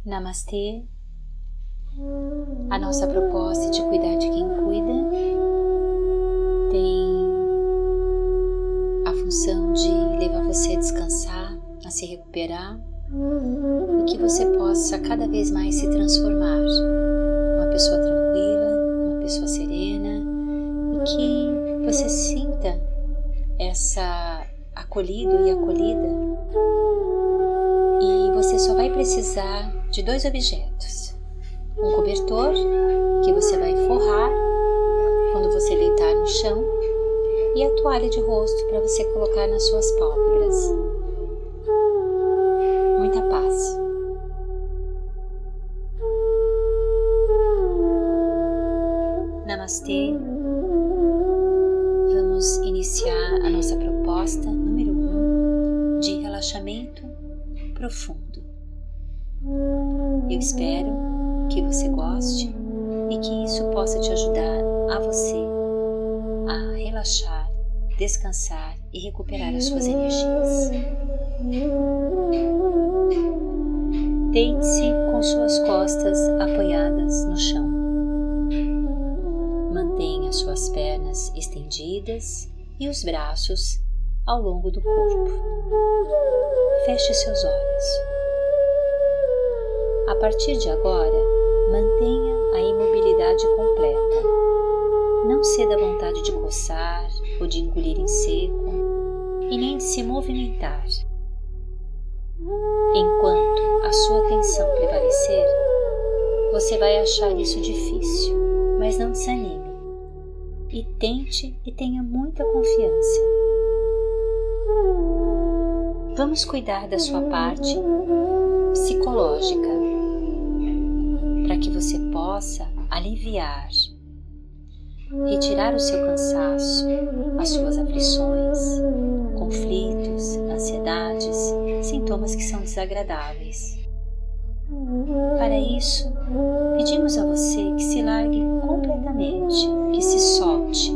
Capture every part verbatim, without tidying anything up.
Namastê. A nossa proposta de cuidar de quem cuida tem a função de levar você a descansar, a se recuperar e que você possa cada vez mais se transformar uma pessoa tranquila, uma pessoa serena e que você sinta essa acolhido e acolhida. E você só vai precisar de dois objetos: um cobertor que você vai forrar quando você deitar no chão e a toalha de rosto para você colocar nas suas pálpebras. Muita paz. Namastê. Vamos iniciar a nossa proposta número um de relaxamento profundo. Eu espero que você goste e que isso possa te ajudar a você a relaxar, descansar e recuperar as suas energias. Deite-se com suas costas apoiadas no chão. Mantenha suas pernas estendidas e os braços ao longo do corpo. Feche seus olhos. A partir de agora, mantenha a imobilidade completa. Não ceda à vontade de coçar ou de engolir em seco e nem de se movimentar. Enquanto a sua atenção prevalecer, você vai achar isso difícil, mas não desanime. E tente e tenha muita confiança. Vamos cuidar da sua parte psicológica, para que você possa aliviar, retirar o seu cansaço, as suas aflições, conflitos, ansiedades, sintomas que são desagradáveis. Para isso, pedimos a você que se largue completamente, que se solte.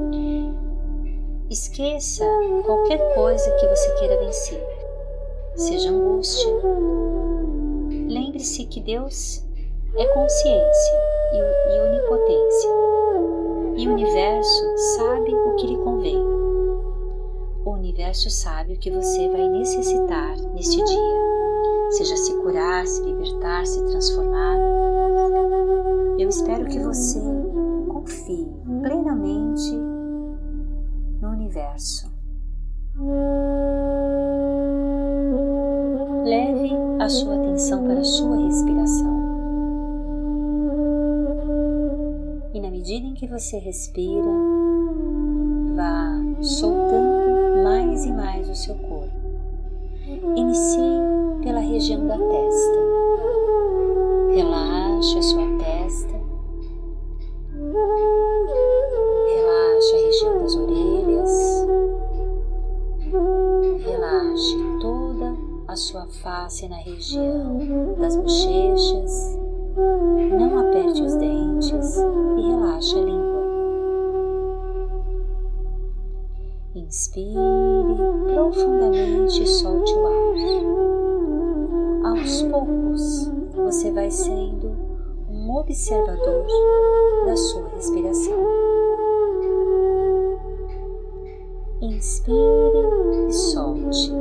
Esqueça qualquer coisa que você queira vencer, seja angústia. Lembre-se que Deus é consciência e onipotência, e o universo sabe o que lhe convém. O universo sabe o que você vai necessitar neste dia, seja se curar, se libertar, se transformar. Eu espero que você confie plenamente no universo. Leve a sua atenção para a sua respiração. E na medida em que você respira, vá soltando mais e mais o seu corpo. Inicie pela região da testa. Relaxe a sua testa. Relaxe a região das orelhas. Relaxe toda a sua face na região das bochechas. Não aperte os dentes e relaxe a língua. Inspire profundamente e solte o ar. Aos poucos, você vai sendo um observador da sua respiração. Inspire e solte.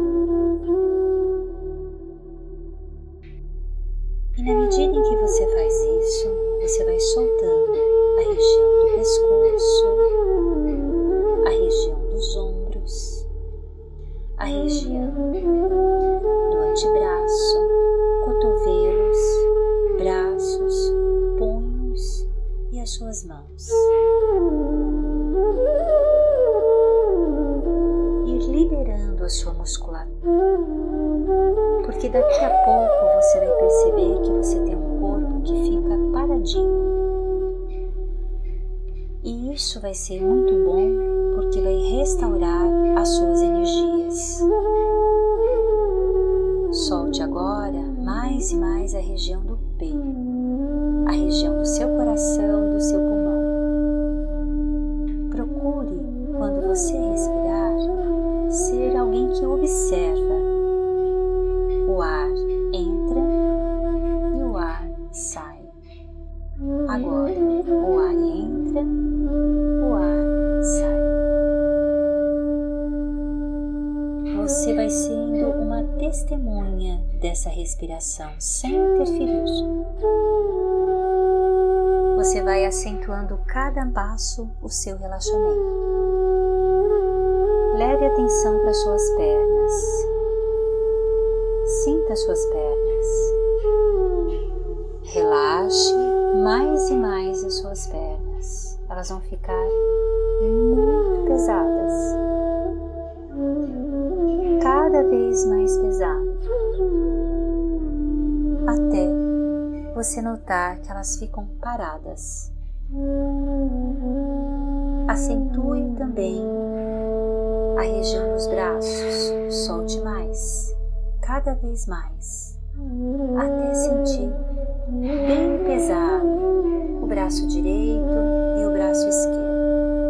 E na medida em que você faz isso, você vai soltando a região do pescoço, a região dos ombros, a região do antebraço, cotovelos, braços, punhos e as suas mãos. Ir liberando a sua musculatura, porque daqui a pouco você vai perceber que você tem um corpo que fica paradinho. E isso vai ser muito bom porque vai restaurar as suas energias. Solte agora mais e mais a região do peito, a região do seu coração, do seu pulmão. Procure, quando você respirar, ser alguém que observa. O ar entra testemunha dessa respiração sem interferir. Você vai acentuando cada passo o seu relaxamento. Leve atenção para suas pernas. Sinta suas pernas. Relaxe mais e mais as suas pernas. Elas vão ficar muito pesadas. Cada vez mais pesadas. Até você notar que elas ficam paradas. Acentue também a região dos braços. Solte mais, cada vez mais, até sentir bem pesado o braço direito e o braço esquerdo.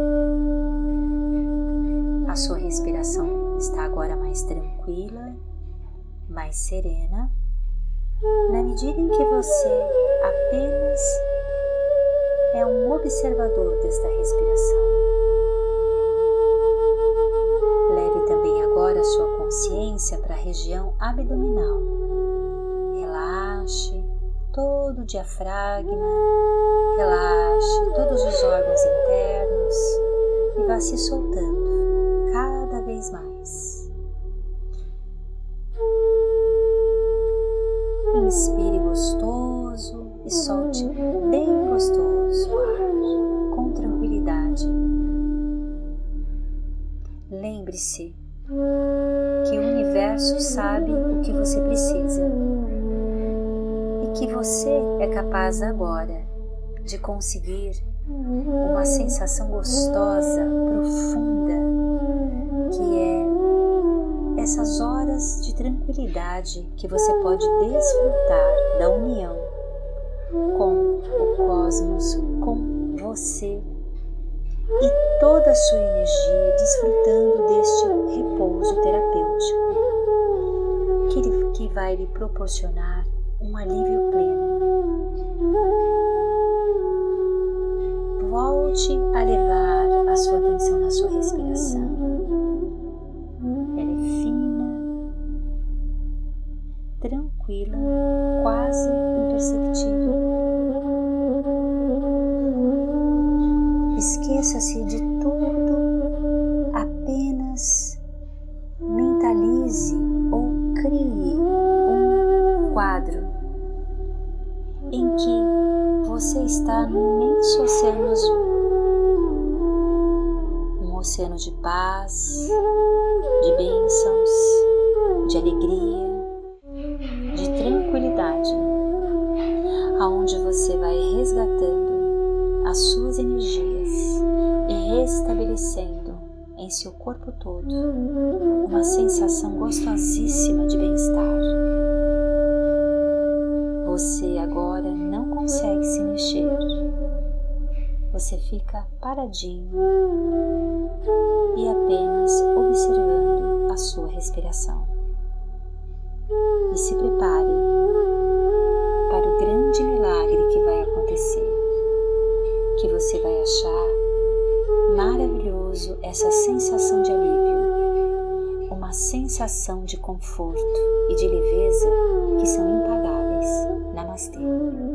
A sua respiração está agora mais tranquila, mais serena, na medida em que você apenas é um observador desta respiração. Leve também agora a sua consciência para a região abdominal. Relaxe todo o diafragma, relaxe todos os órgãos internos e vá se soltando cada vez mais. Inspire gostoso e solte bem gostoso o ar, com tranquilidade. Lembre-se que o universo sabe o que você precisa e que você é capaz agora de conseguir uma sensação gostosa, profunda, que é essas horas de tranquilidade que você pode desfrutar da união com o cosmos, com você e toda a sua energia desfrutando deste repouso terapêutico que, que vai lhe proporcionar um alívio pleno. Volte a levar a sua atenção na sua respiração. Ela é fina, tranquila, quase imperceptível. Esqueça-se de tudo, apenas mentalize ou crie um quadro em que você está no imenso oceano azul, um oceano de paz, de bênçãos, de alegria, de tranquilidade, aonde você vai resgatando as suas energias e restabelecendo em seu corpo todo uma sensação gostosíssima de bem-estar. Você agora não consegue se mexer. Você fica paradinho e apenas observando a sua respiração. E se prepare para o grande milagre que vai acontecer, que você vai achar maravilhoso essa sensação de alívio, uma sensação de conforto e de leveza que são impagáveis. Namastê.